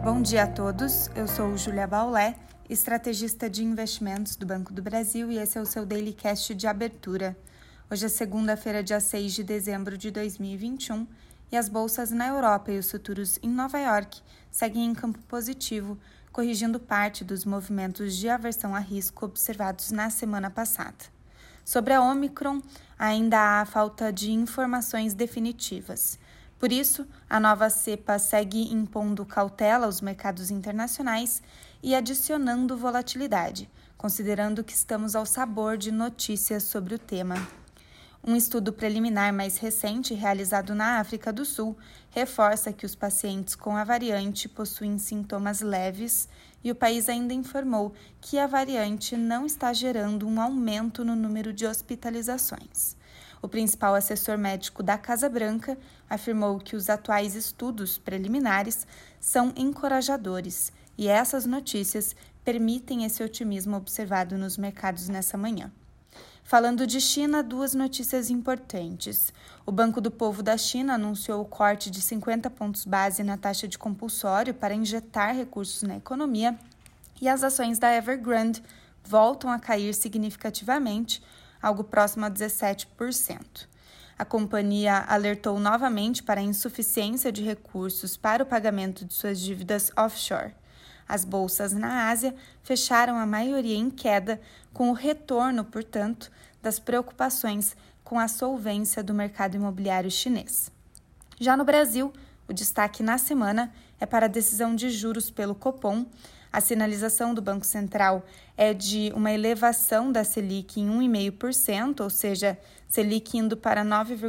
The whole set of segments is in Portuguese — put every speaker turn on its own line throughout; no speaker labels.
Bom dia a todos, eu sou Júlia Baulé, estrategista de investimentos do Banco do Brasil e esse é o seu Daily Cast de abertura. Hoje é segunda-feira, dia 6 de dezembro de 2021 e as bolsas na Europa e os futuros em Nova York seguem em campo positivo, corrigindo parte dos movimentos de aversão a risco observados na semana passada. Sobre a Omicron, ainda há falta de informações definitivas. Por isso, a nova cepa segue impondo cautela aos mercados internacionais e adicionando volatilidade, considerando que estamos ao sabor de notícias sobre o tema. Um estudo preliminar mais recente, realizado na África do Sul, reforça que os pacientes com a variante possuem sintomas leves e o país ainda informou que a variante não está gerando um aumento no número de hospitalizações. O principal assessor médico da Casa Branca afirmou que os atuais estudos preliminares são encorajadores e essas notícias permitem esse otimismo observado nos mercados nessa manhã. Falando de China, duas notícias importantes. O Banco do Povo da China anunciou o corte de 50 pontos base na taxa de compulsório para injetar recursos na economia e as ações da Evergrande voltam a cair significativamente, algo próximo a 17%. A companhia alertou novamente para a insuficiência de recursos para o pagamento de suas dívidas offshore. As bolsas na Ásia fecharam a maioria em queda, com o retorno, portanto, das preocupações com a solvência do mercado imobiliário chinês. Já no Brasil, o destaque na semana é para a decisão de juros pelo Copom. A sinalização do Banco Central é de uma elevação da Selic em 1,5%, ou seja, Selic indo para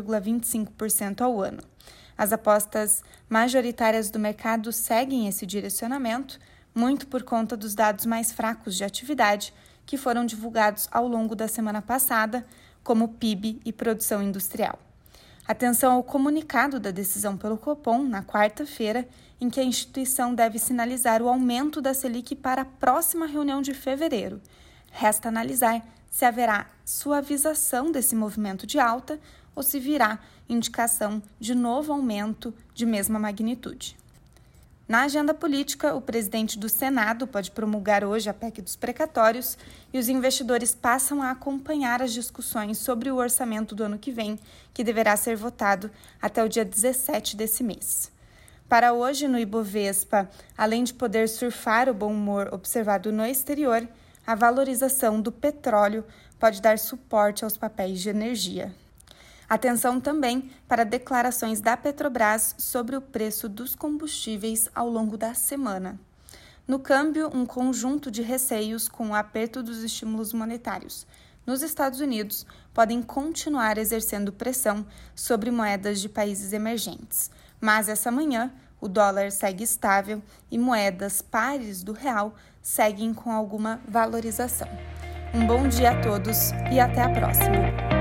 9,25% ao ano. As apostas majoritárias do mercado seguem esse direcionamento, muito por conta dos dados mais fracos de atividade que foram divulgados ao longo da semana passada, como PIB e produção industrial. Atenção ao comunicado da decisão pelo Copom, na quarta-feira, em que a instituição deve sinalizar o aumento da Selic para a próxima reunião de fevereiro. Resta analisar se haverá suavização desse movimento de alta ou se virá indicação de novo aumento de mesma magnitude. Na agenda política, o presidente do Senado pode promulgar hoje a PEC dos precatórios e os investidores passam a acompanhar as discussões sobre o orçamento do ano que vem, que deverá ser votado até o dia 17 desse mês. Para hoje, no Ibovespa, além de poder surfar o bom humor observado no exterior, a valorização do petróleo pode dar suporte aos papéis de energia. Atenção também para declarações da Petrobras sobre o preço dos combustíveis ao longo da semana. No câmbio, um conjunto de receios com o aperto dos estímulos monetários nos Estados Unidos podem continuar exercendo pressão sobre moedas de países emergentes. Mas essa manhã, o dólar segue estável e moedas pares do real seguem com alguma valorização. Um bom dia a todos e até a próxima!